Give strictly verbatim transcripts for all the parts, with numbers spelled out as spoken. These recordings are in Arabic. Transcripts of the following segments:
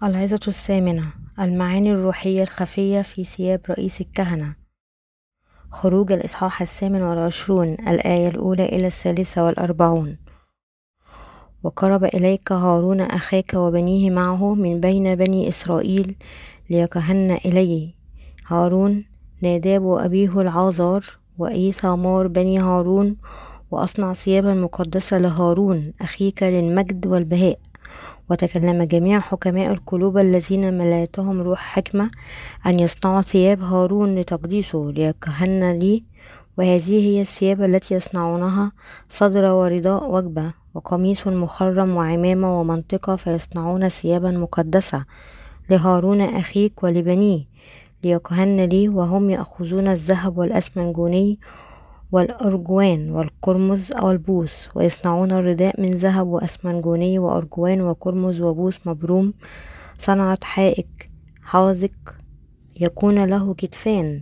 العظة الثامنة: المعاني الروحية الخفية في ثياب رئيس الكهنة. خروج الإصحاح الثامن والعشرون الآية الأولى إلى الثالثة والأربعون. وقرب إليك هارون أخاك وبنيه معه من بين بني إسرائيل ليكهن إلي، هارون ناداب وأبيه العازار وإيثامار بني هارون، وأصنع ثيابا مقدسة لهارون أخيك للمجد والبهاء. وتكلم جميع حكماء القلوب الذين ملأتهم روح حكمة أن يصنعوا ثياب هارون لتقديسه ليكهن لي، وهذه هي الثياب التي يصنعونها: صدر ورداء وجبة وقميص مخرم وعمامة ومنطقة، فيصنعون ثيابا مقدسة لهارون أخيك ولبنيه ليكهن لي، وهم يأخذون الذهب والأسمنجوني والأرجوان والقرمز والبوس، ويصنعون الرداء من ذهب وأسمنجوني وأرجوان وقرمز وبوس مبروم صنعة حائك حاذق، يكون له كتفان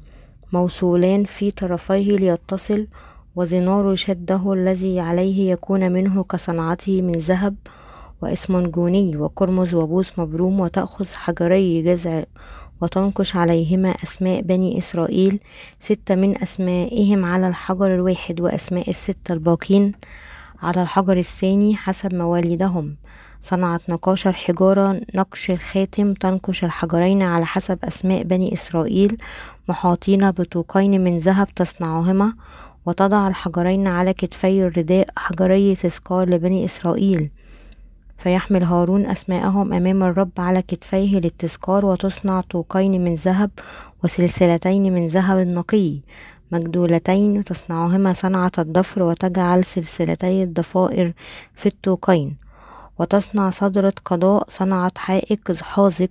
موصولان في طرفيه ليتصل، وزنار شده الذي عليه يكون منه كصنعته من ذهب وأسمنجوني وقرمز وبوس مبروم. وتأخذ حجري جذع وتنقش عليهما أسماء بني إسرائيل، ستة من أسمائهم على الحجر الواحد، وأسماء الستة الباقين على الحجر الثاني حسب مواليدهم. صنعت نقاش الحجارة نقش خاتم، تنقش الحجرين على حسب أسماء بني إسرائيل، محاطين بطوقين من ذهب تصنعهما. وتضع الحجرين على كتفي الرداء، حجري تذكار لبني إسرائيل، فيحمل هارون أسماءهم أمام الرب على كتفيه للتذكار. وتصنع طوقين من ذهب وسلسلتين من ذهب نقي مجدولتين تصنعهما صنعة الضفر، وتجعل سلسلتي الضفائر في الطوقين. وتصنع صدرة قضاء صنعة حائك حاذق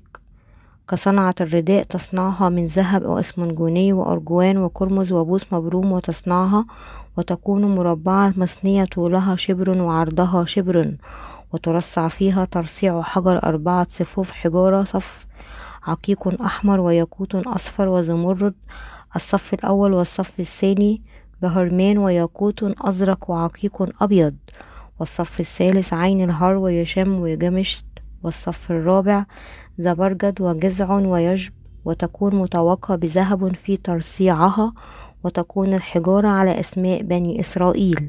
كصنعة الرداء، تصنعها من ذهب وأسمنجوني وأرجوان وقرمز وبوس مبروم، وتصنعها وتكون مربعة مثنية، طولها شبر وعرضها شبر، وترصع فيها ترصيع حجر أربعة صفوف حجارة، صف عقيق أحمر وياقوت أصفر وزمرد، الصف الأول والصف الثاني بهرمان وياقوت أزرق وعقيق أبيض، والصف الثالث عين الهر ويشم وجمشت، والصف الرابع زبرجد وجزع ويجب، وتكون مطوقة بذهب في ترصيعها، وتكون الحجارة على أسماء بني إسرائيل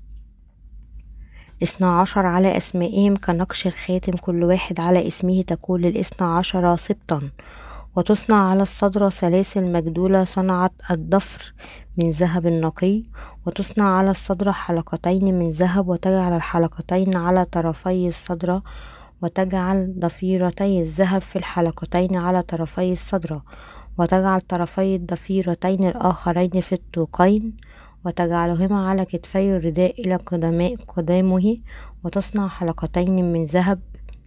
اثنا عشر على أسمائهم كنقش الخاتم، كل واحد على اسمه تكون للاثنى عشر سبطا. وتصنع على الصدر سلاسل مجدولة صنعت الضفر من ذهب نقي. وتصنع على الصدر حلقتين من ذهب، وتجعل الحلقتين على طرفي الصدر، وتجعل ضفيرتي الذهب في الحلقتين على طرفي الصدر، وتجعل طرفي الضفيرتين الآخرين في الطوقين، وتجعلهما على كتفي الرداء إلى قدامه. وتصنع حلقتين من ذهب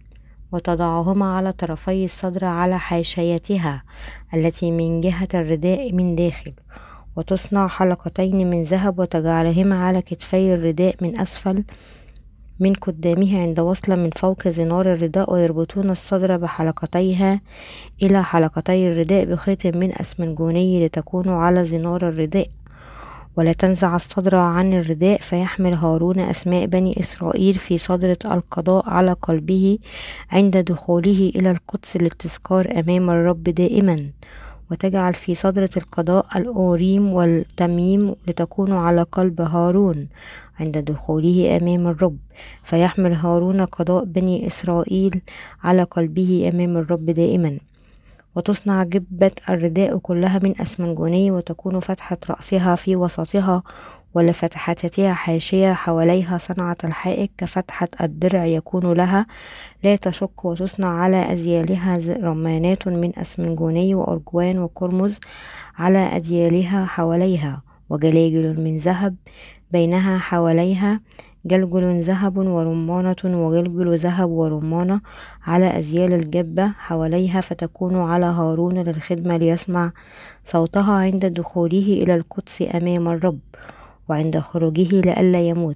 وتضعهما على طرفي الصدر على حاشيتها التي من جهة الرداء من داخل. وتصنع حلقتين من ذهب وتجعلهما على كتفي الرداء من أسفل من قدامه عند وصلة من فوق زنار الرداء، ويربطون الصدر بحلقتيها إلى حلقتي الرداء بخيط من أسمنجوني لتكون على زنار الرداء. ولا تنزع الصدر عن الرداء. فيحمل هارون أسماء بني إسرائيل في صدرة القضاء على قلبه عند دخوله إلى القدس للتذكار أمام الرب دائما. وتجعل في صدرة القضاء الأوريم والتميم لتكون على قلب هارون عند دخوله أمام الرب. فيحمل هارون قضاء بني إسرائيل على قلبه أمام الرب دائما. وتصنع جبة الرداء كلها من أسمنجوني، وتكون فتحة رأسها في وسطها ولفتحتها حاشية حواليها صنعة الحائك كفتحة الدرع يكون لها لا تشك. وتصنع على أزيالها رمانات من أسمنجوني وأرجوان وقرمز على أديالها حواليها، وجلاجل من ذهب بينها حواليها، جلجل ذهب ورمانة وجلجل ذهب ورمانة على أزيال الجبة حواليها، فتكون على هارون للخدمة ليسمع صوتها عند دخوله إلى القدس أمام الرب وعند خروجه لئلا يموت.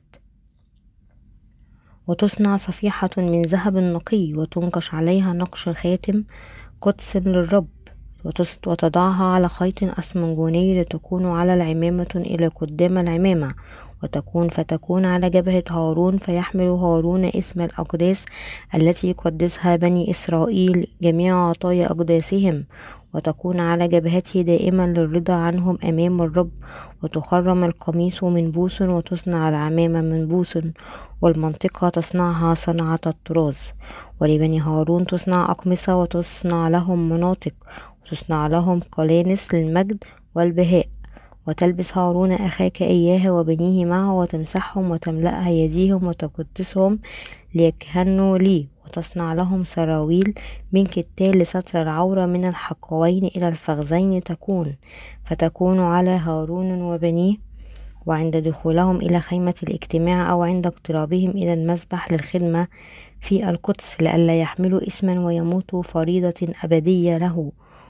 وتصنع صفيحة من ذهب نقي وتنقش عليها نقش خاتم قدس للرب، وتضعها على خيط أسمنجوني لتكون على العمامة إلى قدام العمامة، وتكون فتكون على جبهة هارون، فيحمل هارون إثم الأقداس التي يقدسها بني إسرائيل جميع عطايا أقداسهم، وتكون على جبهته دائما للرضا عنهم أمام الرب. وتخرم القميص من بوس، وتصنع العمامة من بوس، والمنطقة تصنعها صنعة الطراز. ولبني هارون تصنع أقمصة، وتصنع لهم مناطق، وتصنع لهم قلانس للمجد والبهاء. وتلبس هارون أخاك إياه وبنيه معه، وتمسحهم وتملأها يديهم وتقدسهم ليكهنوا لي. وتصنع لهم سراويل من كتان لستر العورة من الحقوين إلى الفخذين تكون، فتكون على هارون وبنيه، وعند دخولهم إلى خيمة الاجتماع أو عند اقترابهم إلى المسبح للخدمة في القدس، لئلا يحملوا اسما ويموتوا فريضة أبدية له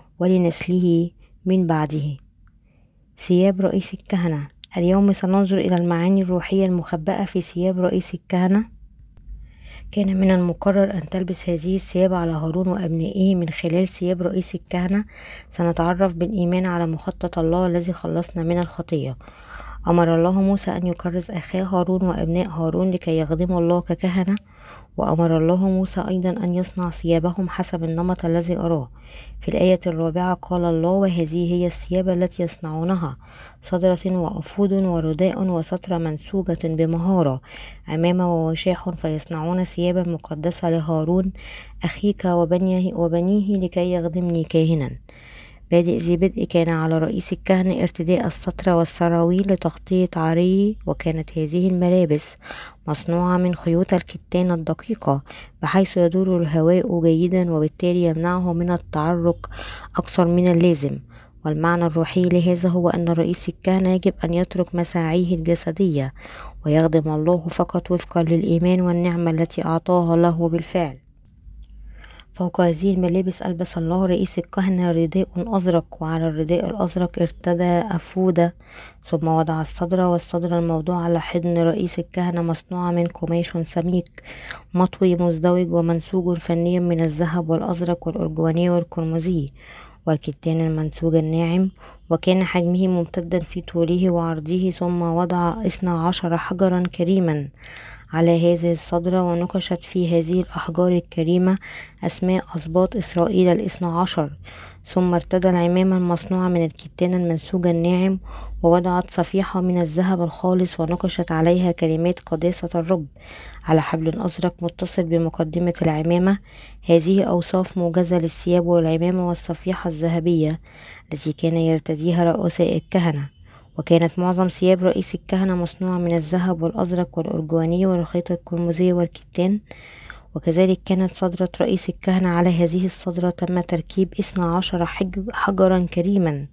ولنسله من بعده. ثياب رئيس الكهنة. اليوم سننظر إلى المعاني الروحية المخبأة في ثياب رئيس الكهنة. كان من المقرر أن تلبس هذه الثياب على هارون وأبنائه. من خلال ثياب رئيس الكهنة سنتعرف بالإيمان على مخطط الله الذي خلصنا من الخطية. أمر الله موسى أن يكرز أخاه هارون وأبناء هارون لكي يخدموا الله ككهنة، وأمر الله موسى أيضا أن يصنع ثيابهم حسب النمط الذي أراه. في الآية الرابعة قال الله: وهذه هي الثياب التي يصنعونها: صدرة وأفود ورداء وسترة منسوجة بمهارة، عمامة ووشاح، فيصنعون ثيابا مقدسة لهارون أخيك وبنيه, وبنيه لكي يخدمني كاهنا. بادئ ذي بدء كان على رئيس الكهنة ارتداء السترة والسراويل لتغطية عريه، وكانت هذه الملابس مصنوعة من خيوط الكتان الدقيقة بحيث يدور الهواء جيدا، وبالتالي يمنعه من التعرق أكثر من اللازم. والمعنى الروحي لهذا هو أن رئيس الكهنة يجب أن يترك مساعيه الجسدية ويخدم الله فقط وفقا للإيمان والنعمة التي أعطاها له بالفعل. فوق هذه الملابس ألبس الله رئيس الكهنة رداء أزرق، وعلى الرداء الأزرق ارتدى أفودة، ثم وضع الصدرة، والصدرة الموضوع على حضن رئيس الكهنة مصنوعة من قماش سميك مطوي مزدوج ومنسوج فنيا من الذهب والأزرق والأرجواني والقرمزي والكتان المنسوج الناعم، وكان حجمه ممتدا في طوله وعرضه. ثم وضع اثنا عشر حجرا كريما على هذه الصدرة، ونقشت في هذه الأحجار الكريمة أسماء أسباط إسرائيل الاثنى عشر. ثم ارتدى العمامة المصنوعة من الكتان المنسوج الناعم، ووضعت صفيحة من الذهب الخالص ونقشت عليها كلمات قداسة الرب على حبل أزرق متصل بمقدمة العمامة. هذه أوصاف موجزة للثياب والعمامة والصفيحة الذهبية التي كان يرتديها رؤساء الكهنة. وكانت معظم ثياب رئيس الكهنة مصنوعة من الذهب والأزرق والأرجواني والخيط القرمزي والكتان. وكذلك كانت صدرة رئيس الكهنة. على هذه الصدرة تم تركيب اثنا عشر حجرا كريما،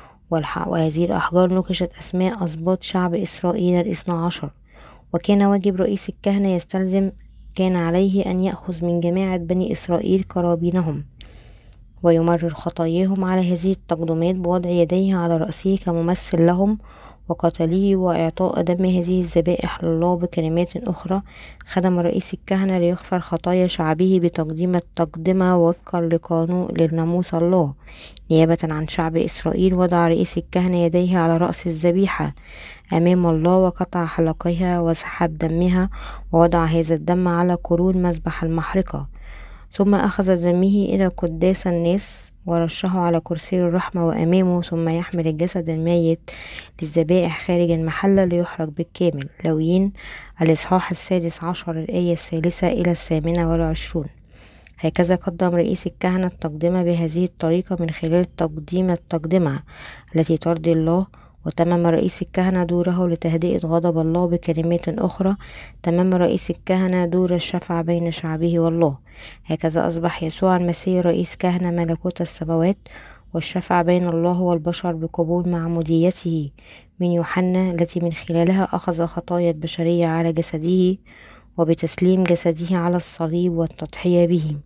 وهذه الأحجار نقشت أسماء أسباط شعب إسرائيل الاثنى عشر. وكان واجب رئيس الكهنة يستلزم كان عليه أن يأخذ من جماعة بني إسرائيل قرابينهم ويمرر خطاياهم على هذه التقدمات بوضع يديه على رأسه كممثل لهم وقتله، وإعطاء دم هذه الذبائح لله. بكلمات أخرى، خدم رئيس الكهنة ليغفر خطايا شعبه بتقديم التقدمة وفقا لقانون للناموس الله. نيابة عن شعب إسرائيل وضع رئيس الكهنة يديه على رأس الذبيحة أمام الله، وقطع حلقها وسحب دمها، ووضع هذا الدم على قرون مذبح المحرقة. ثم أخذ دمه إلى قداس الناس ورشه على كرسي الرحمة وأمامه، ثم يحمل الجسد الميت للذبائح خارج المحلة ليحرق بالكامل. لاويين الإصحاح السادس عشر الآية الثالثة إلى الثامنة والعشرون. هكذا قدم رئيس الكهنة التقدمة بهذه الطريقة من خلال تقديم التقدمة التي ترضي الله. وتمم رئيس الكهنة دوره لتهدئة غضب الله. بكلمات أخرى، تمم رئيس الكهنة دور الشفع بين شعبه والله. هكذا أصبح يسوع المسيح رئيس كهنة ملكوت السماوات والشفع بين الله والبشر بقبول معموديته من يوحنا التي من خلالها أخذ خطايا البشرية على جسده، وبتسليم جسده على الصليب والتضحية به.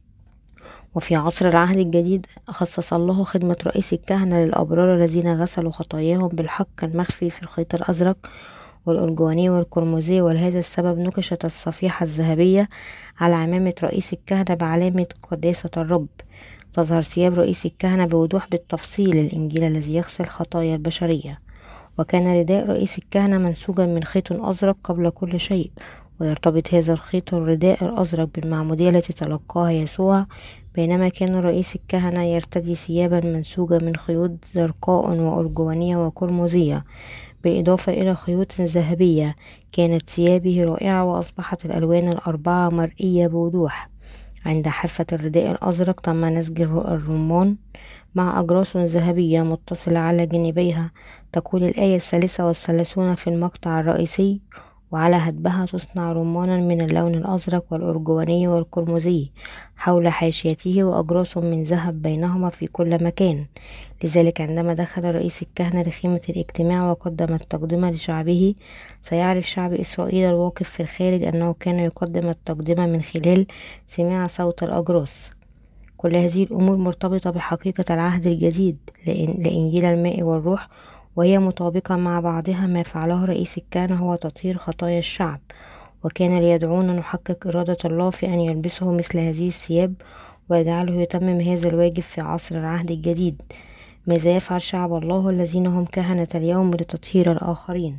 وفي عصر العهد الجديد خصص الله خدمة رئيس الكهنة للأبرار الذين غسلوا خطاياهم بالحق المخفي في الخيط الأزرق والأرجواني والقرمزي. ولهذا السبب نقشت الصفيحة الذهبية على عمامة رئيس الكهنة بعلامة قداسة الرب. تظهر ثياب رئيس الكهنة بوضوح بالتفصيل الإنجيل الذي يغسل خطايا البشرية. وكان رداء رئيس الكهنة منسوجا من خيط أزرق قبل كل شيء، ويرتبط هذا الخيط الرداء الأزرق بالمعمودية التي تلقاها يسوع، بينما كان رئيس الكهنة يرتدي ثيابا منسوجة من خيوط زرقاء وأرجوانية وقرمزية، بالإضافة إلى خيوط ذهبية. كانت ثيابه رائعة، وأصبحت الألوان الأربعة مرئية بوضوح. عند حافة الرداء الأزرق تم نسج الرمان مع أجراس ذهبية متصلة على جانبيها. تقول الآية الثالثة والثلاثون في المقطع الرئيسي: وعلى هدبها تصنع رمانا من اللون الأزرق والأرجواني والقرمزي حول حاشيته، وأجراس من ذهب بينهما في كل مكان. لذلك عندما دخل رئيس الكهنة لخيمة الاجتماع وقدم التقدمة لشعبه، سيعرف شعب إسرائيل الواقف في الخارج أنه كان يقدم التقدمة من خلال سماع صوت الأجراس. كل هذه الأمور مرتبطة بحقيقة العهد الجديد لإنجيل الماء والروح، وهي مطابقة مع بعضها. ما فعله رئيس الكهنة هو تطهير خطايا الشعب، وكان ليدعونا نحقق إرادة الله في أن يلبسه مثل هذه الثياب ويجعله يتمم هذا الواجب في عصر العهد الجديد. ماذا يفعل شعب الله الذين هم كهنة اليوم لتطهير الآخرين؟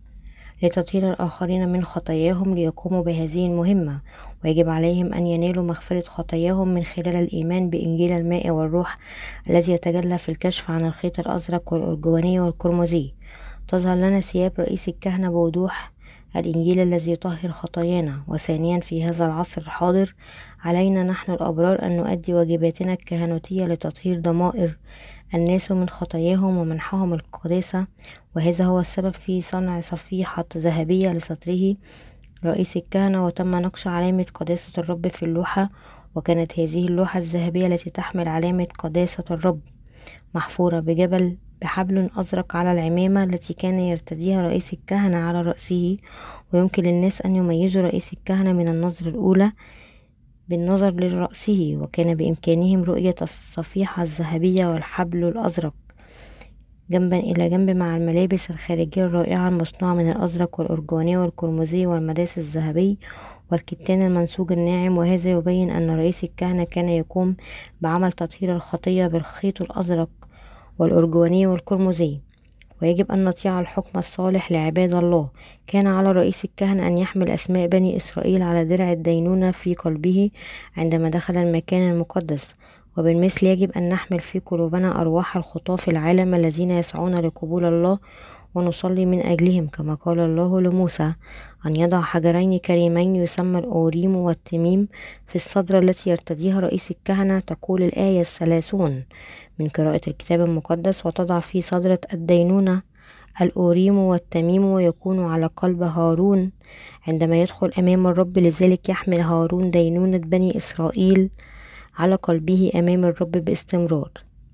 لتطهير الآخرين من خطاياهم ليقوموا بهذه المهمة، ويجب عليهم أن ينالوا مغفرة خطاياهم من خلال الإيمان بإنجيل الماء والروح الذي يتجلى في الكشف عن الخيط الأزرق والأرجواني والقرمزي. تظهر لنا ثياب رئيس الكهنة بوضوح الإنجيل الذي يطهر خطايانا. وثانيا، في هذا العصر الحاضر علينا نحن الأبرار أن نؤدي واجباتنا الكهنوتية لتطهير ضمائر الناس من خطاياهم ومنحهم القداسة، وهذا هو السبب في صنع صفيحة ذهبية لستره رئيس الكهنة، وتم نقش علامة قداسة الرب في اللوحة. وكانت هذه اللوحة الذهبية التي تحمل علامة قداسة الرب محفورة بجبل بحبل أزرق على العمامة التي كان يرتديها رئيس الكهنة على رأسه. ويمكن للناس أن يميزوا رئيس الكهنة من النظر الأولى بالنظر لرأسه، وكان بإمكانهم رؤية الصفيحة الذهبية والحبل الأزرق جنبا إلى جنب مع الملابس الخارجية الرائعة المصنوعة من الأزرق والأرجواني والقرمزي والمداس الذهبي والكتان المنسوج الناعم. وهذا يبين أن رئيس الكهنة كان يقوم بعمل تطهير الخطية بالخيط الأزرق والأرجواني والقرمزي. ويجب أن نطيع الحكم الصالح لعباد الله. كان على رئيس الكهنة أن يحمل أسماء بني إسرائيل على درع الدينونة في قلبه عندما دخل المكان المقدس، وبالمثل يجب أن نحمل في قلوبنا أرواح الخطاة في العالم الذين يسعون لقبول الله، ونصلي من أجلهم كما قال الله لموسى أن يضع حجرين كريمين يسمى الأوريم والتميم في الصدر التي يرتديها رئيس الكهنة. تقول الآية الثلاثون من قراءة الكتاب المقدس: وتضع في صدرة الدينونة الأوريم والتميم، ويكون على قلب هارون عندما يدخل أمام الرب. لذلك يحمل هارون دينونة بني إسرائيل على قلبه أمام الرب باستمرار.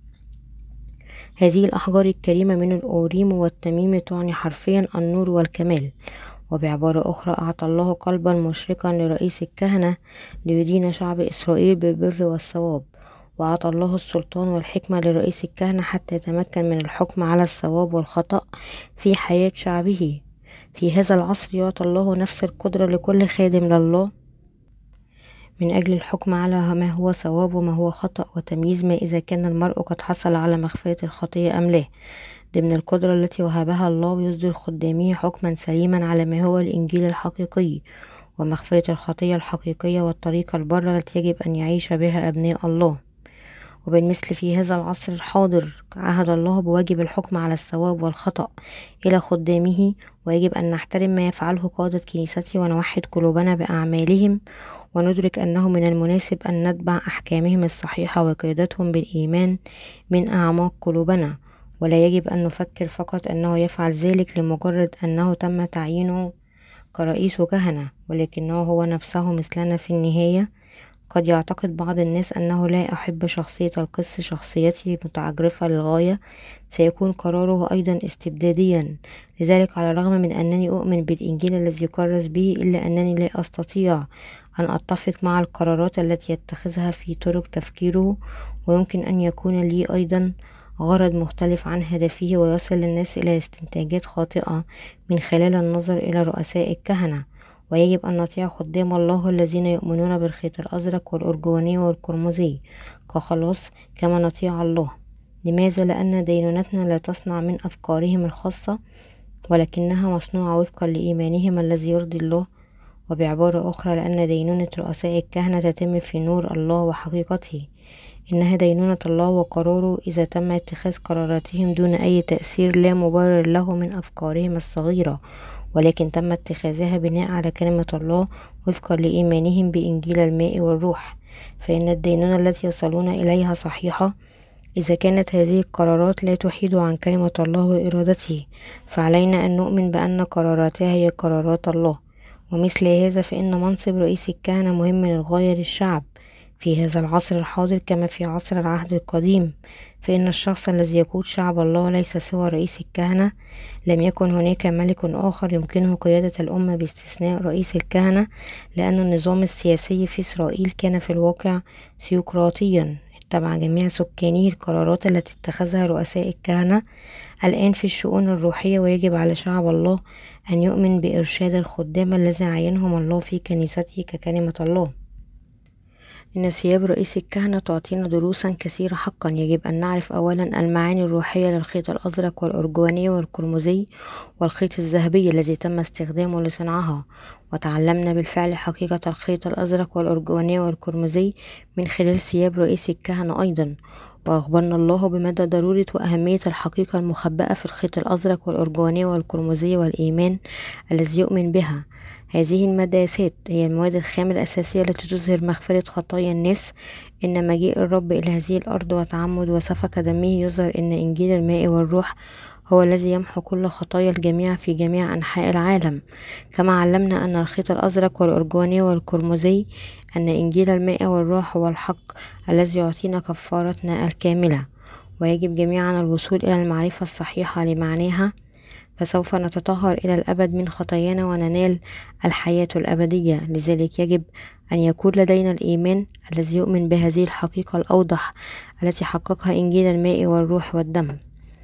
هذه الأحجار الكريمة من الأوريم والتميم تعني حرفيا النور والكمال. وبعبارة أخرى، أعطى الله قلبا مشرقا لرئيس الكهنة ليدين شعب إسرائيل بالبر والصواب. وأعطى الله السلطان والحكمة لرئيس الكهنة حتى يتمكن من الحكم على الصواب والخطأ في حياة شعبه. في هذا العصر يعطى الله نفس القدرة لكل خادم لله من أجل الحكم على ما هو صواب وما هو خطأ، وتمييز ما إذا كان المرء قد حصل على مغفرة الخطية أم لا، ضمن القدرة التي وهبها الله. ويصدر خدامه حكما سليما على ما هو الإنجيل الحقيقي ومغفرة الخطية الحقيقية والطريقة البرة التي يجب أن يعيش بها أبناء الله. وبالمثل في هذا العصر الحاضر عهد الله بواجب الحكم على الصواب والخطأ إلى خدامه، ويجب أن نحترم ما يفعله قادة كنيسته ونوحد قلوبنا بأعمالهم، وندرك أنه من المناسب أن نتبع أحكامهم الصحيحة وقيادتهم بالإيمان من أعماق قلوبنا. ولا يجب أن نفكر فقط أنه يفعل ذلك لمجرد أنه تم تعيينه كرئيس كهنة، ولكنه هو نفسه مثلنا في النهاية. قد يعتقد بعض الناس أنه لا أحب شخصية القس، شخصيته متعجرفة للغاية، سيكون قراره أيضا استبداديا. لذلك على الرغم من أنني أؤمن بالإنجيل الذي يكرس به، إلا أنني لا أستطيع أن أتفق مع القرارات التي يتخذها في طرق تفكيره. ويمكن أن يكون لي أيضا غرض مختلف عن هدفه، ويصل الناس إلى استنتاجات خاطئة من خلال النظر إلى رؤساء الكهنة. ويجب أن نطيع خدام الله الذين يؤمنون بالخيط الأزرق والأرجواني والقرمزي كخلاص كما نطيع الله. لماذا؟ لأن دينونتنا لا تصنع من أفكارهم الخاصة، ولكنها مصنوعة وفقا لإيمانهم الذي يرضي الله. وبعبارة أخرى، لأن دينونة رؤساء الكهنة تتم في نور الله وحقيقته، إنها دينونة الله وقراره إذا تم اتخاذ قراراتهم دون أي تأثير لا مبرر له من أفكارهم الصغيرة، ولكن تم اتخاذها بناء على كلمة الله وفقا لإيمانهم بإنجيل الماء والروح. فإن الدينونة التي يصلون إليها صحيحة إذا كانت هذه القرارات لا تحيد عن كلمة الله وإرادته، فعلينا أن نؤمن بأن قراراتها هي قرارات الله. ومثل هذا فإن منصب رئيس الكهنة مهم للغاية للشعب في هذا العصر الحاضر كما في عصر العهد القديم، فإن الشخص الذي يقود شعب الله ليس سوى رئيس الكهنة. لم يكن هناك ملك آخر يمكنه قيادة الأمة باستثناء رئيس الكهنة، لأن النظام السياسي في إسرائيل كان في الواقع ثيوقراطيا اتبع جميع سكانه القرارات التي اتخذها رؤساء الكهنة الآن في الشؤون الروحية. ويجب على شعب الله أن يؤمن بإرشاد الخدام الذي عينهم الله في كنيسته ككلمة الله. إن ثياب رئيس الكهنة تعطينا دروسا كثيرة حقا. يجب أن نعرف أولا المعاني الروحية للخيط الأزرق والأرجواني والقرمزي والخيط الذهبي الذي تم استخدامه لصنعها، وتعلمنا بالفعل حقيقة الخيط الأزرق والأرجواني والقرمزي من خلال ثياب رئيس الكهنة أيضا. وأخبرنا الله بمدى ضرورة وأهمية الحقيقة المخبأة في الخيط الأزرق والأرجواني والقرمزي والإيمان الذي يؤمن بها. هذه المداسات هي المواد الخام الأساسية التي تظهر مغفرة خطايا الناس. إن مجيء الرب إلى هذه الأرض وتعمد وسفك دمه يظهر إن إنجيل الماء والروح هو الذي يمحو كل خطايا الجميع في جميع أنحاء العالم. كما علمنا أن الخيط الأزرق والأرجواني والقرمزي أن إنجيل الماء والروح هو الحق الذي يعطينا كفارتنا الكاملة. ويجب جميعا الوصول إلى المعرفة الصحيحة لمعناها، فسوف نتطهر إلى الأبد من خطايانا وننال الحياة الأبدية. لذلك يجب أن يكون لدينا الإيمان الذي يؤمن بهذه الحقيقة الأوضح التي حققها إنجيل الماء والروح والدم.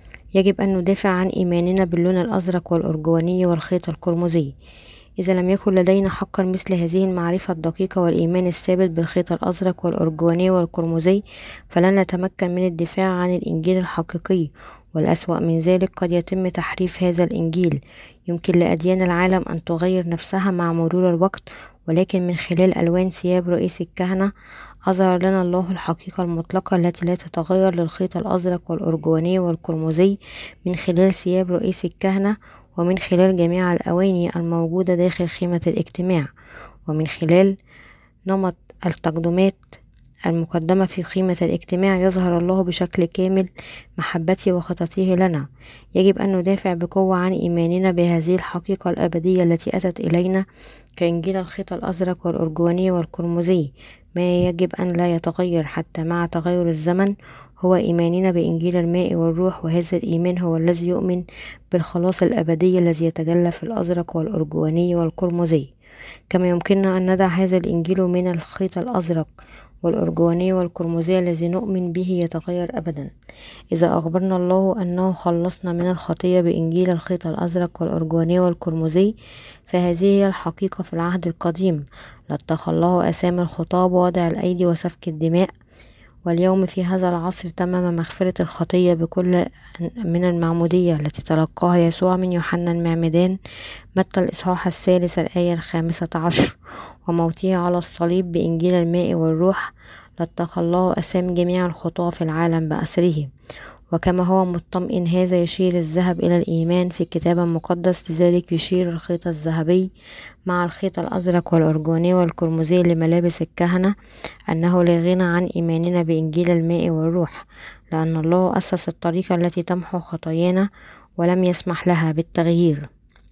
يجب أن ندافع عن إيماننا باللون الأزرق والأرجواني والخيط القرمزي. إذا لم يكن لدينا حقا مثل هذه المعرفة الدقيقة والإيمان الثابت بالخيط الأزرق والأرجواني والقرمزي، فلن نتمكن من الدفاع عن الإنجيل الحقيقي. والأسوأ من ذلك، قد يتم تحريف هذا الإنجيل. يمكن لأديان العالم أن تغير نفسها مع مرور الوقت، ولكن من خلال ألوان ثياب رئيس الكهنة أظهر لنا الله الحقيقة المطلقة التي لا تتغير للخيط الأزرق والأرجواني والقرمزي من خلال ثياب رئيس الكهنة، ومن خلال جميع الأواني الموجودة داخل خيمة الاجتماع، ومن خلال نمط التقدمات المقدمة في خيمة الاجتماع يظهر الله بشكل كامل محبته وخطته لنا. يجب أن ندافع بقوة عن إيماننا بهذه الحقيقة الأبدية التي أتت إلينا كإنجيل الخيط الأزرق والأرجواني والقرمزي. ما يجب أن لا يتغير حتى مع تغير الزمن هو إيماننا بإنجيل الماء والروح، وهذا الإيمان هو الذي يؤمن بالخلاص الأبدي الذي يتجلى في الأزرق والأرجواني والقرمزي. كما يمكننا أن ندع هذا الإنجيل من الخيط الأزرق والأرجواني والقرمزي الذي نؤمن به يتغير أبدا. إذا أخبرنا الله أنه خلصنا من الخطية بإنجيل الخيط الأزرق والأرجواني والقرمزي، فهذه هي الحقيقة في العهد القديم. لطخ الله أسام الخطاة بوضع الأيدي وسفك الدماء، واليوم في هذا العصر تمم مغفرة الخطية بكل من المعمودية التي تلقاها يسوع من يوحنا المعمدان، متى الإصحاح الثالث الآية الخامسة عشر، وموته على الصليب بإنجيل الماء والروح. لطخ الله أسام جميع الخطاة في العالم بأسره. وكما هو مطمئن هذا يشير الذهب إلى الإيمان في الكتاب المقدس، لذلك يشير الخيط الذهبي مع الخيط الأزرق والأرجواني والقرمزي لملابس الكهنة أنه لا غنى عن إيماننا بإنجيل الماء والروح، لأن الله أسس الطريقة التي تمحو خطايانا ولم يسمح لها بالتغيير.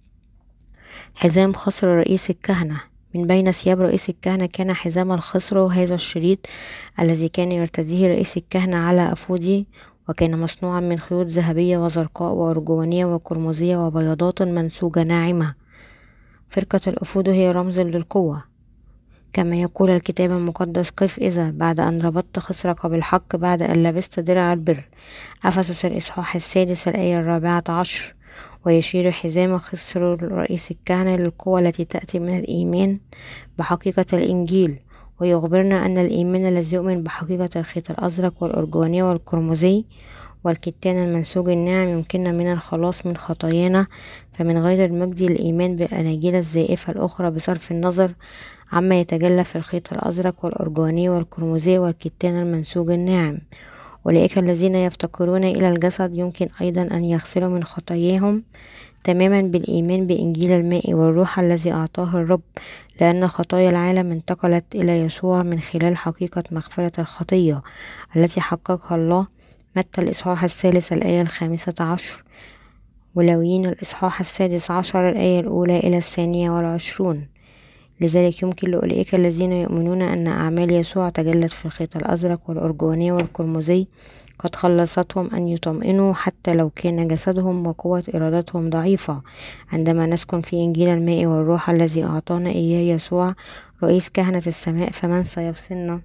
حزام خصر رئيس الكهنة. من بين ثياب رئيس الكهنة كان حزام الخصر، وهذا الشريط الذي كان يرتديه رئيس الكهنة على أفوده، وكان مصنوعا من خيوط ذهبية وزرقاء وأرجوانية وقرمزية وبياضات منسوجة ناعمة. فرقة الأفود هي رمز للقوة، كما يقول الكتاب المقدس: قف إذا بعد أن ربطت خصرك بالحق، بعد أن لبست درع البر. أفسس الإصحاح السادس الآية الرابعة عشر. ويشير حزام خصر رئيس الكهنة للقوة التي تأتي من الإيمان بحقيقة الإنجيل، ويخبرنا أن الإيمان الذي يؤمن بحقيقة الخيط الأزرق والأرجواني والقرمزي والكتان المنسوج الناعم يمكننا من الخلاص من خطايانا، فمن غير المجد الإيمان بالأناجيل الزائفة الأخرى بصرف النظر عما يتجلى في الخيط الأزرق والأرجواني والقرمزي والكتان المنسوج الناعم. أولئك الذين يفتقرون إلى الجسد يمكن أيضا أن يغسلوا من خطاياهم تماما بالإيمان بإنجيل الماء والروح الذي أعطاه الرب، لأن خطايا العالم انتقلت إلى يسوع من خلال حقيقة مغفرة الخطية التي حققها الله. متى الإصحاح الثالث الآية الخامسة عشر، ولويين الإصحاح السادس عشر الآية الأولى إلى الثانية والعشرون. لذلك يمكن لأولئك الذين يؤمنون أن أعمال يسوع تجلت في الخيط الأزرق والأرجواني والقرمزي قد خلصتهم أن يطمئنوا حتى لو كان جسدهم وقوة إرادتهم ضعيفة، عندما نسكن في إنجيل الماء والروح الذي أعطانا إياه يسوع رئيس كهنة السماء. فمن سيفصلنا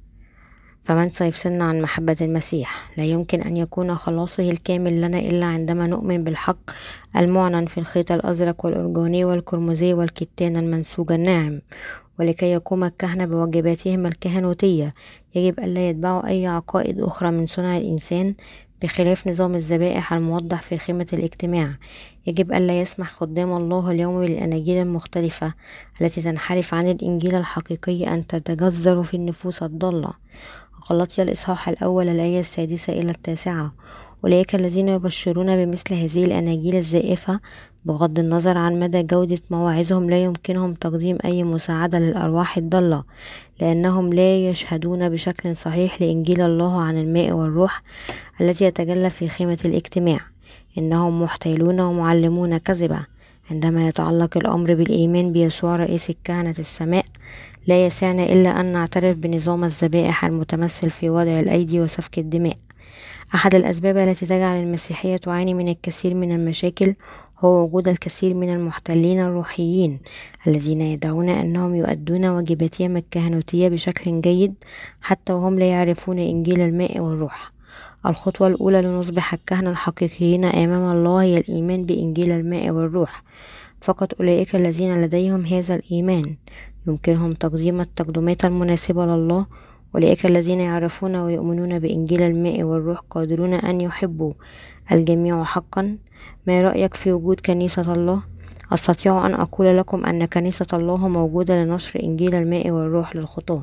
فمن سيفصلنا عن محبة المسيح؟ لا يمكن أن يكون خلاصه الكامل لنا إلا عندما نؤمن بالحق المعلن في الخيط الأزرق والأرجواني والقرمزي والكتان المنسوج الناعم. ولكي يقوم الكهنة بواجباتهم الكهنوتية يجب ألا يتبعوا أي عقائد أخرى من صنع الإنسان بخلاف نظام الذبائح الموضح في خيمة الاجتماع. يجب ألا يسمح خدام الله اليوم للأناجيل المختلفة التي تنحرف عن الإنجيل الحقيقي أن تتجذر في النفوس الضالة. غلاطيا الإصحاح الأول الآية السادسة إلى التاسعة. أولئك الذين يبشرون بمثل هذه الأناجيل الزائفة بغض النظر عن مدى جودة مواعظهم لا يمكنهم تقديم أي مساعدة للأرواح الضالة، لأنهم لا يشهدون بشكل صحيح لإنجيل الله عن الماء والروح الذي يتجلى في خيمة الاجتماع. إنهم محتيلون ومعلمون كذبة. عندما يتعلق الأمر بالإيمان بيسوع رئيس الكهنة السماء لا يسعنا إلا أن نعترف بنظام الذبائح المتمثل في وضع الأيدي وسفك الدماء. أحد الأسباب التي تجعل المسيحية تعاني من الكثير من المشاكل هو وجود الكثير من المحتلين الروحيين الذين يدعون أنهم يؤدون واجباتهم الكهنوتية بشكل جيد حتى وهم لا يعرفون إنجيل الماء والروح. الخطوة الأولى لنصبح الكهنة الحقيقيين أمام الله هي الإيمان بإنجيل الماء والروح. فقط أولئك الذين لديهم هذا الإيمان يمكنهم تقديم التقدمات المناسبة لله. أولئك الذين يعرفون ويؤمنون بإنجيل الماء والروح قادرون أن يحبوا الجميع حقا. ما رأيك في وجود كنيسة الله؟ أستطيع أن أقول لكم أن كنيسة الله موجودة لنشر إنجيل الماء والروح للخطاة.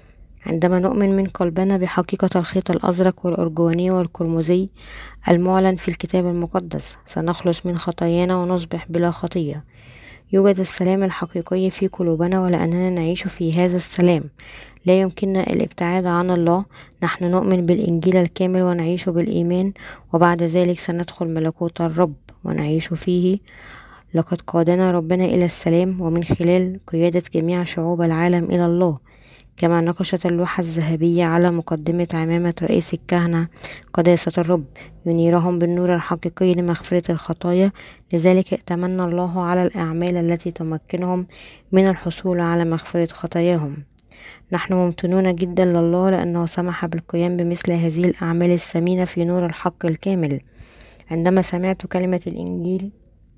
عندما نؤمن من قلبنا بحقيقة الخيط الأزرق والأرجواني والقرمزي المعلن في الكتاب المقدس سنخلص من خطايانا ونصبح بلا خطية. يوجد السلام الحقيقي في قلوبنا، ولأننا نعيش في هذا السلام لا يمكننا الابتعاد عن الله. نحن نؤمن بالإنجيل الكامل ونعيش بالإيمان، وبعد ذلك سندخل ملكوت الرب ونعيش فيه. لقد قادنا ربنا إلى السلام ومن خلال قيادة جميع شعوب العالم إلى الله، كما نقشت اللوحة الذهبية على مقدمة عمامة رئيس الكهنة قداسة الرب ينيرهم بالنور الحقيقي لمغفرة الخطايا. لذلك ائتمن الله على الأعمال التي تمكنهم من الحصول على مغفرة خطاياهم. نحن ممتنون جدا لله لأنه سمح بالقيام بمثل هذه الأعمال الثمينة في نور الحق الكامل. عندما سمعت كلمة الإنجيل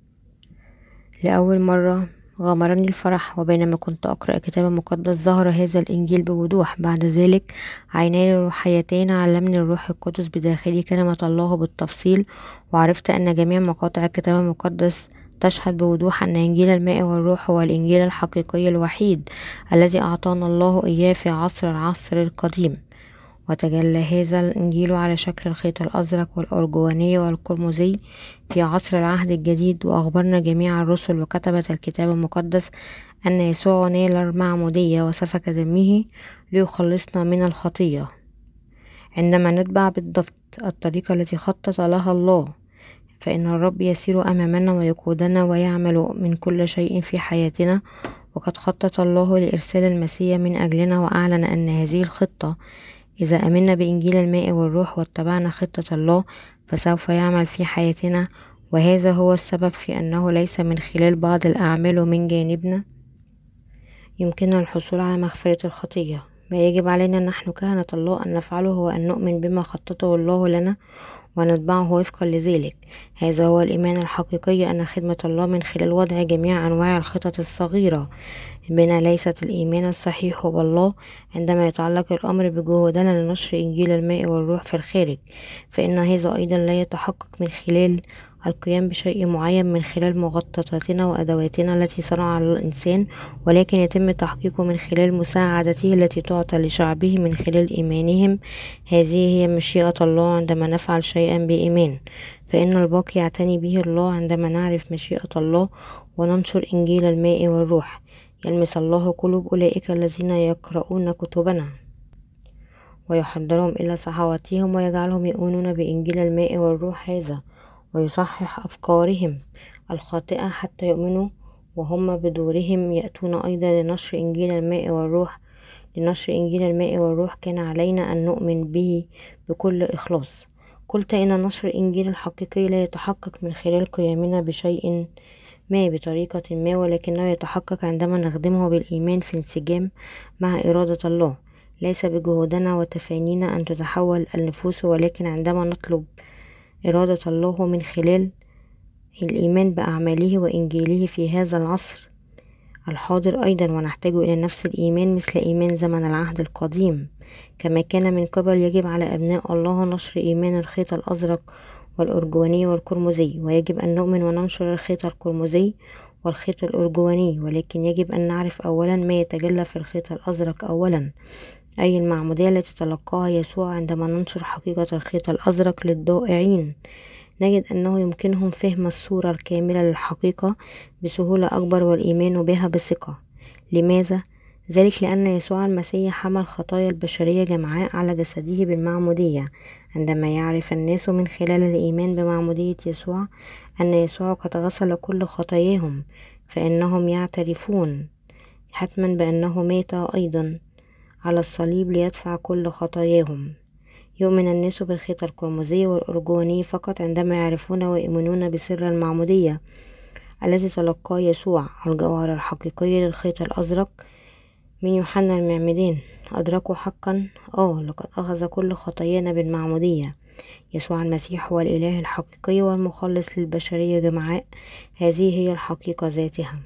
لأول مرة غمرني الفرح، وبينما كنت أقرأ الكتاب المقدس ظهر هذا الإنجيل بوضوح. بعد ذلك عيناي الروحيتين علمني الروح القدس بداخلي كلمة الله بالتفصيل، وعرفت أن جميع مقاطع الكتاب المقدس تشهد بوضوح أن إنجيل الماء والروح هو الإنجيل الحقيقي الوحيد الذي أعطانا الله إياه في عصر العصر القديم. وتجلى هذا الإنجيل على شكل الخيط الأزرق والأرجواني والقرمزي في عصر العهد الجديد. وأخبرنا جميع الرسل وكتبة الكتاب المقدس أن يسوع نال المعمودية وسفك دمه ليخلصنا من الخطية. عندما نتبع بالضبط الطريقة التي خطط لها الله فإن الرب يسير أمامنا ويقودنا ويعمل من كل شيء في حياتنا. وقد خطط الله لإرسال المسيح من أجلنا، وأعلن أن هذه الخطة إذا أمنا بإنجيل الماء والروح واتبعنا خطة الله فسوف يعمل في حياتنا. وهذا هو السبب في أنه ليس من خلال بعض الأعمال من جانبنا يمكننا الحصول على مغفرة الخطية. ما يجب علينا نحن كهنة الله أن نفعله هو أن نؤمن بما خططه الله لنا ونتبعه وفقا لذلك. هذا هو الإيمان الحقيقي، أن خدمة الله من خلال وضع جميع أنواع الخطط الصغيرة بنا. ليست الإيمان الصحيح بالله عندما يتعلق الأمر بجهودنا لنشر إنجيل الماء والروح في الخارج، فإن هذا أيضا لا يتحقق من خلال القيام بشيء معين من خلال مخططاتنا وأدواتنا التي صنعها الإنسان، ولكن يتم تحقيقه من خلال مساعدته التي تعطى لشعبه من خلال إيمانهم. هذه هي مشيئة الله عندما نفعل شيئا بإيمان، فإن الباقي يعتني به الله عندما نعرف مشيئة الله وننشر إنجيل الماء والروح. يلمس الله قلوب أولئك الذين يقرؤون كتبنا ويحضرهم إلى صحواتهم ويجعلهم يؤمنون بإنجيل الماء والروح هذا، ويصحح أفكارهم الخاطئة حتى يؤمنوا، وهم بدورهم يأتون أيضا لنشر إنجيل الماء والروح. لنشر إنجيل الماء والروح كان علينا أن نؤمن به بكل إخلاص. قلت إن نشر إنجيل الحقيقي لا يتحقق من خلال قيامنا بشيء ما بطريقة ما، ولكنه يتحقق عندما نخدمه بالإيمان في انسجام مع إرادة الله، ليس بجهودنا وتفانينا أن تتحول النفوس، ولكن عندما نطلب إرادة الله من خلال الإيمان بأعماله وإنجيله في هذا العصر الحاضر أيضا. ونحتاج إلى نفس الإيمان مثل إيمان زمن العهد القديم، كما كان من قبل. يجب على أبناء الله نشر إيمان الخيط الأزرق والأرجواني والقرمزي، ويجب أن نؤمن وننشر الخيط القرمزي والخيط الأرجواني، ولكن يجب أن نعرف أولا ما يتجلى في الخيط الأزرق أولا، أي المعمودية التي تلقاها يسوع. عندما ننشر حقيقة الخيط الأزرق للضائعين نجد أنه يمكنهم فهم الصورة الكاملة للحقيقة بسهولة أكبر والإيمان بها بثقة. لماذا؟ ذلك لأن يسوع المسيح حمل خطايا البشرية جمعاء على جسده بالمعمودية. عندما يعرف الناس من خلال الإيمان بمعمودية يسوع أن يسوع قد غسل كل خطاياهم، فإنهم يعترفون حتما بأنه مات أيضا على الصليب ليدفع كل خطاياهم. يؤمن الناس بالخيط القرمزي والأرجواني فقط عندما يعرفون ويؤمنون بسر المعمودية الذي تلقاه يسوع. الجوهر الحقيقي للخيط الأزرق من يوحنا المعمدان أدركوا حقا آه لقد أخذ كل خطايانا بالمعمودية. يسوع المسيح هو الإله الحقيقي والمخلص للبشرية جمعاء. هذه هي الحقيقة ذاتها.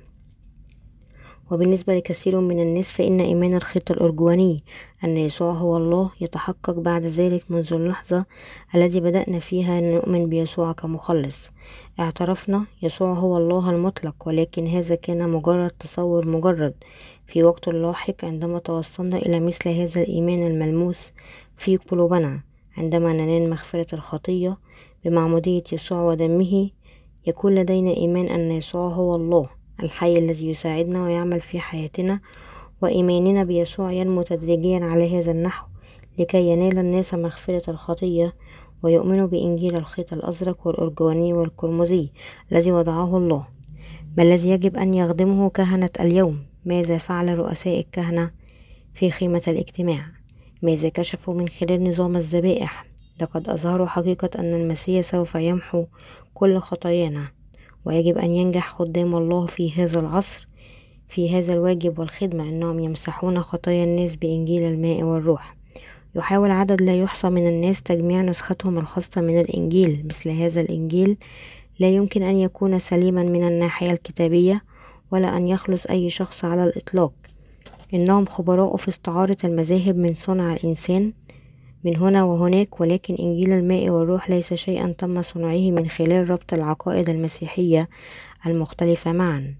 وبالنسبة لكثير من الناس فإن إيمان الخيط الأرجواني أن يسوع هو الله يتحقق بعد ذلك منذ اللحظة التي بدأنا فيها أن نؤمن بيسوع كمخلص. اعترفنا يسوع هو الله المطلق، ولكن هذا كان مجرد تصور مجرد. في وقت لاحق عندما توصلنا إلى مثل هذا الإيمان الملموس في قلوبنا، عندما ننال مغفرة الخطية بمعمودية يسوع ودمه، يكون لدينا إيمان أن يسوع هو الله الحي الذي يساعدنا ويعمل في حياتنا. وإيماننا بيسوع ينمو تدريجيا على هذا النحو لكي ينال الناس مغفرة الخطية ويؤمنوا بإنجيل الخيط الأزرق والأرجواني والقرمزي الذي وضعه الله. ما الذي يجب أن يخدمه كهنة اليوم؟ ماذا فعل رؤساء الكهنة في خيمة الاجتماع؟ ماذا كشفوا من خلال نظام الذبائح؟ لقد أظهروا حقيقة أن المسيح سوف يمحو كل خطايانا، ويجب أن ينجح خدام الله في هذا العصر في هذا الواجب والخدمة، أنهم يمسحون خطايا الناس بإنجيل الماء والروح. يحاول عدد لا يحصى من الناس تجميع نسختهم الخاصة من الإنجيل. مثل هذا الإنجيل لا يمكن أن يكون سليما من الناحية الكتابية ولا أن يخلص أي شخص على الإطلاق. إنهم خبراء في استعارة المذاهب من صنع الإنسان من هنا وهناك، ولكن إنجيل الماء والروح ليس شيئا تم صنعه من خلال ربط العقائد المسيحية المختلفة معا.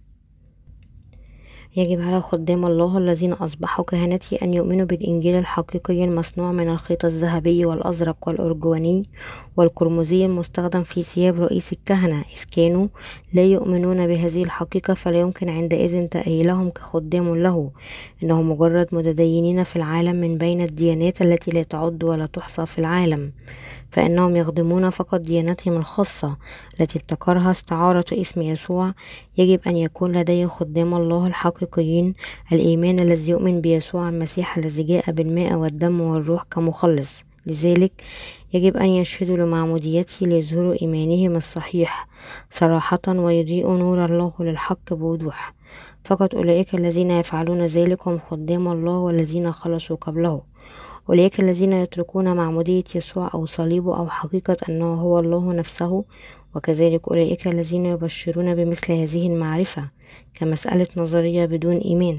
يجب على خدام الله الذين أصبحوا كهنتي أن يؤمنوا بالإنجيل الحقيقي المصنوع من الخيط الذهبي والأزرق والأرجواني والقرمزي المستخدم في ثياب رئيس الكهنة. إذ كانوا لا يؤمنون بهذه الحقيقة فلا يمكن عندئذ تأهيلهم كخدام له. إنهم مجرد متدينين في العالم من بين الديانات التي لا تعد ولا تحصى في العالم، فإنهم يخدمون فقط ديانتهم الخاصة التي ابتكرها استعارة اسم يسوع. يجب أن يكون لدي خدام الله الحقيقيين الإيمان الذي يؤمن بيسوع المسيح الذي جاء بالماء والدم والروح كمخلص. لذلك يجب أن يشهدوا لمعموديته ليظهروا إيمانهم الصحيح صراحة ويضيئوا نور الله للحق بوضوح. فقط أولئك الذين يفعلون ذلك هم خدام الله والذين خلصوا قبله. أولئك الذين يتركون معمودية يسوع أو صليبه أو حقيقة أنه هو الله نفسه، وكذلك أولئك الذين يبشرون بمثل هذه المعرفة كمسألة نظرية بدون إيمان،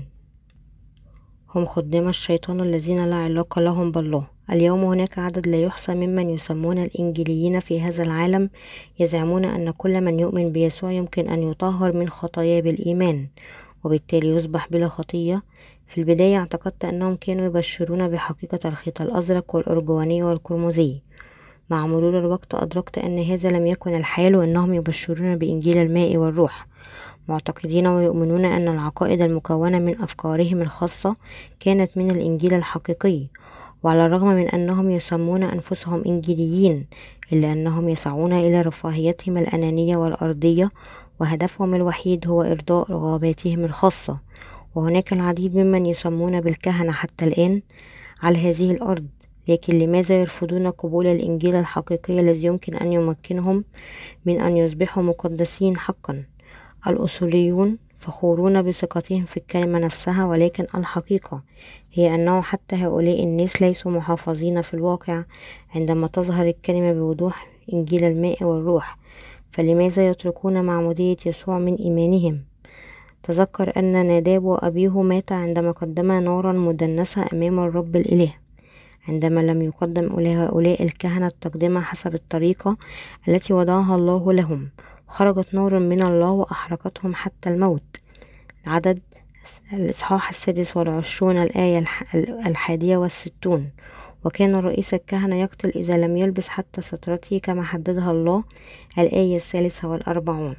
هم خدام الشيطان الذين لا علاقة لهم بالله. اليوم هناك عدد لا يحصى ممن يسمون الإنجيليين في هذا العالم يزعمون أن كل من يؤمن بيسوع يمكن أن يطهر من خطاياه بالإيمان وبالتالي يصبح بلا خطية. في البداية اعتقدت أنهم كانوا يبشرون بحقيقة الخيط الأزرق والأرجواني والقرمزي. مع مرور الوقت أدركت أن هذا لم يكن الحال، وأنهم يبشرون بإنجيل الماء والروح، معتقدين ويؤمنون أن العقائد المكونة من أفكارهم الخاصة كانت من الإنجيل الحقيقي. وعلى الرغم من أنهم يسمون أنفسهم إنجيليين إلا أنهم يسعون إلى رفاهيتهم الأنانية والأرضية، وهدفهم الوحيد هو إرضاء رغباتهم الخاصة. وهناك العديد ممن يسمون بالكهنة حتى الآن على هذه الأرض، لكن لماذا يرفضون قبول الإنجيل الحقيقي الذي يمكن أن يمكنهم من أن يصبحوا مقدسين حقا؟ الأصوليون فخورون بثقتهم في الكلمة نفسها، ولكن الحقيقة هي أنه حتى هؤلاء الناس ليسوا محافظين في الواقع عندما تظهر الكلمة بوضوح إنجيل الماء والروح. فلماذا يتركون معمودية يسوع من إيمانهم؟ تذكر أن ناداب وأبيه مات عندما قدم نارا مدنسة أمام الرب الإله، عندما لم يقدم هؤلاء الكهنة التقدمة حسب الطريقة التي وضعها الله لهم. خرجت نار من الله وأحرقتهم حتى الموت. عدد الإصحاح السادس والعشرون الآية الحادية والستون. وكان رئيس الكهنة يقتل إذا لم يلبس حتى سترته كما حددها الله، الآية الثالثة والأربعون.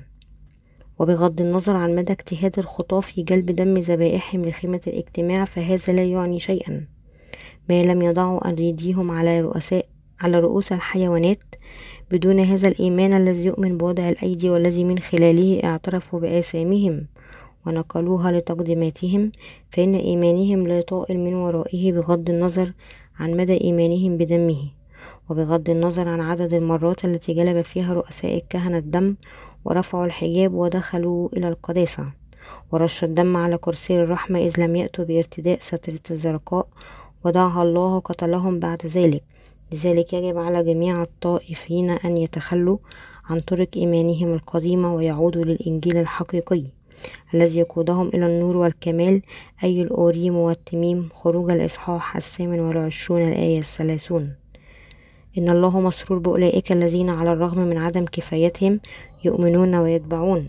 وبغض النظر عن مدى اجتهاد الخطاة في جلب دم ذبائحهم لخيمة الاجتماع، فهذا لا يعني شيئا ما لم يضعوا أيديهم على رؤساء على رؤوس الحيوانات. بدون هذا الإيمان الذي يؤمن بوضع الأيدي والذي من خلاله اعترفوا بآثامهم ونقلوها لتقديماتهم، فإن إيمانهم لا طائل من ورائه بغض النظر عن مدى إيمانهم بدمه، وبغض النظر عن عدد المرات التي جلب فيها رؤساء الكهنة الدم ورفعوا الحجاب ودخلوا إلى القداسة ورشوا الدم على كرسي الرحمة إذ لم يأتوا بارتداء سترة الزرقاء وضعها الله قتلهم بعد ذلك. لذلك يجب على جميع الطائفين أن يتخلوا عن طرق إيمانهم القديمة ويعودوا للإنجيل الحقيقي الذي يقودهم إلى النور والكمال، أي الأوريم والتميم. خروج الإصحاح الثامن والعشرون الآية الثلاثون. إن الله مسرور بأولئك الذين على الرغم من عدم كفايتهم يؤمنون ويتبعون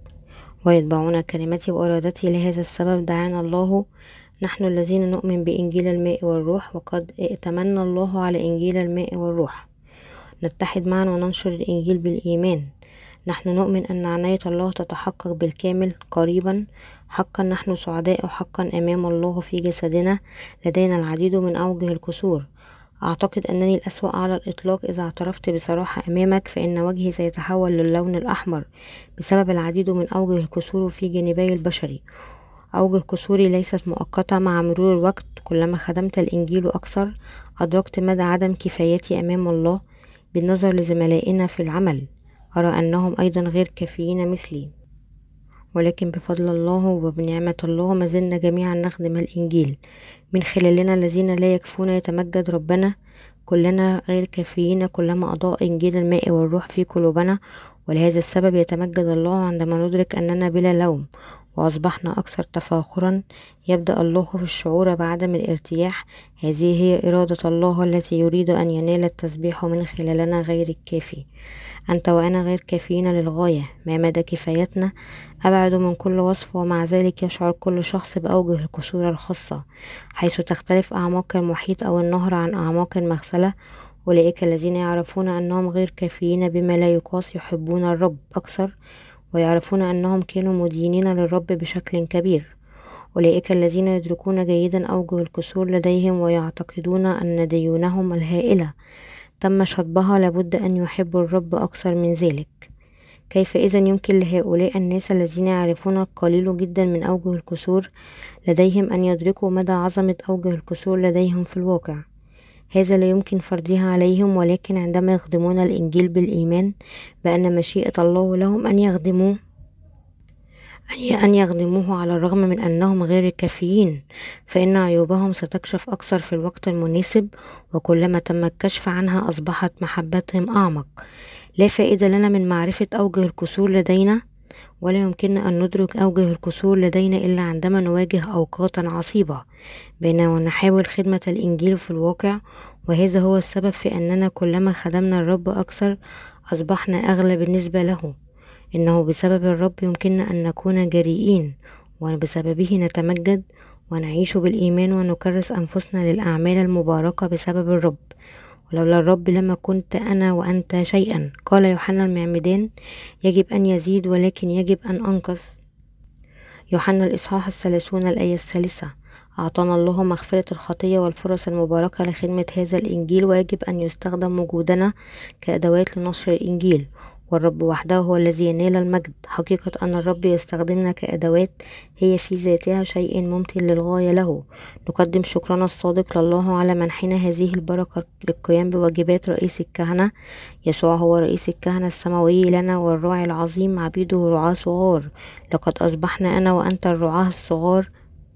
ويتبعون كلمتي وإرادتي. لهذا السبب دعانا الله نحن الذين نؤمن بإنجيل الماء والروح، وقد ائتمنا الله على إنجيل الماء والروح، نتحد معا وننشر الإنجيل بالإيمان. نحن نؤمن أن عناية الله تتحقق بالكامل قريبا. حقا نحن سعداء حقا أمام الله في جسدنا، لدينا العديد من أوجه الكسور. أعتقد أنني الأسوأ على الإطلاق إذا اعترفت بصراحة أمامك، فإن وجهي سيتحول للون الأحمر بسبب العديد من أوجه الكسور في جانبي البشري. أوجه كسوري ليست مؤقتة. مع مرور الوقت كلما خدمت الإنجيل أكثر أدركت مدى عدم كفايتي أمام الله. بالنظر لزملائنا في العمل أرى أنهم أيضا غير كافيين مثلي، ولكن بفضل الله وبنعمة الله ما زلنا جميعا نخدم الإنجيل. من خلالنا الذين لا يكفون يتمجد ربنا. كلنا غير كافيين كلما أضاء إنجيل الماء والروح في قلوبنا، ولهذا السبب يتمجد الله عندما ندرك أننا بلا لوم وأصبحنا أكثر تفاخرا. يبدأ الله في الشعور بعدم الارتياح. هذه هي إرادة الله التي يريد أن ينال التسبيح من خلالنا غير الكافي. أنت وأنا غير كافيين للغاية. ما مدى كفايتنا أبعد من كل وصف، ومع ذلك يشعر كل شخص بأوجه الكسور الخاصة، حيث تختلف أعماق المحيط أو النهر عن أعماق المغسلة. أولئك الذين يعرفون أنهم غير كافيين بما لا يقاس يحبون الرب أكثر، ويعرفون أنهم كانوا مدينين للرب بشكل كبير. أولئك الذين يدركون جيدا أوجه الكسور لديهم ويعتقدون أن ديونهم الهائلة تم شطبها لابد أن يحبوا الرب أكثر من ذلك. كيف إذن يمكن لهؤلاء الناس الذين يعرفون القليل جدا من أوجه الكسور لديهم أن يدركوا مدى عظمة أوجه الكسور لديهم في الواقع؟ هذا لا يمكن فرضها عليهم، ولكن عندما يخدمون الإنجيل بالإيمان بأن مشيئة الله لهم أن يخدموا أن يخدموه على الرغم من أنهم غير كافيين، فإن عيوبهم ستكشف أكثر في الوقت المناسب، وكلما تم الكشف عنها أصبحت محبتهم أعمق. لا فائدة لنا من معرفة أوجه الكسور لدينا، ولا يمكننا أن ندرك أوجه الكسور لدينا إلا عندما نواجه أوقاتا عصيبة بينما نحاول خدمة الإنجيل في الواقع. وهذا هو السبب في أننا كلما خدمنا الرب أكثر أصبحنا أغلى بالنسبة له. إنه بسبب الرب يمكننا أن نكون جريئين، وبسببه نتمجد ونعيش بالإيمان ونكرس أنفسنا للأعمال المباركة بسبب الرب. ولولا الرب لما كنت أنا وأنت شيئا. قال يوحنا المعمدان: يجب أن يزيد ولكن يجب أن أنقص. يوحنا الإصحاح الثلاثون الآية الثالثة. أعطانا الله مغفرة الخطية والفرص المباركة لخدمة هذا الإنجيل، ويجب أن يستخدم وجودنا كأدوات لنشر الإنجيل، والرب وحده هو الذي ينال المجد. حقيقة أن الرب يستخدمنا كأدوات هي في ذاتها شيء ممتع للغاية له. نقدم شكرنا الصادق لله على منحنا هذه البركة للقيام بواجبات رئيس الكهنة. يسوع هو رئيس الكهنة السماوي لنا والراعي العظيم، عبيده رعاة صغار. لقد أصبحنا أنا وأنت الرعاة الصغار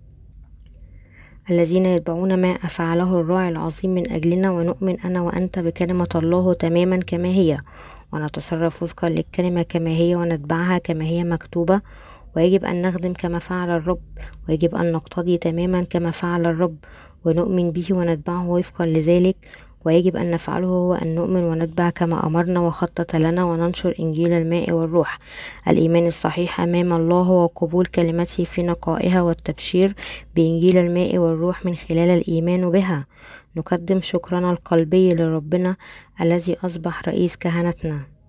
الذين يتبعون ما أفعله الراعي العظيم من أجلنا، ونؤمن أنا وأنت بكلمة الله تماما كما هي، ونتصرف وفقا للكلمة كما هي، ونتبعها كما هي مكتوبة. ويجب أن نخدم كما فعل الرب، ويجب أن نقتدي تماما كما فعل الرب، ونؤمن به ونتبعه وفقا لذلك. ويجب أن نفعله هو أن نؤمن ونتبع كما أمرنا وخطط لنا، وننشر إنجيل الماء والروح. الإيمان الصحيح أمام الله هو قبول كلمته في نقائها، والتبشير بإنجيل الماء والروح من خلال الإيمان بها. نقدم شكرنا القلبي لربنا الذي أصبح رئيس كهنتنا.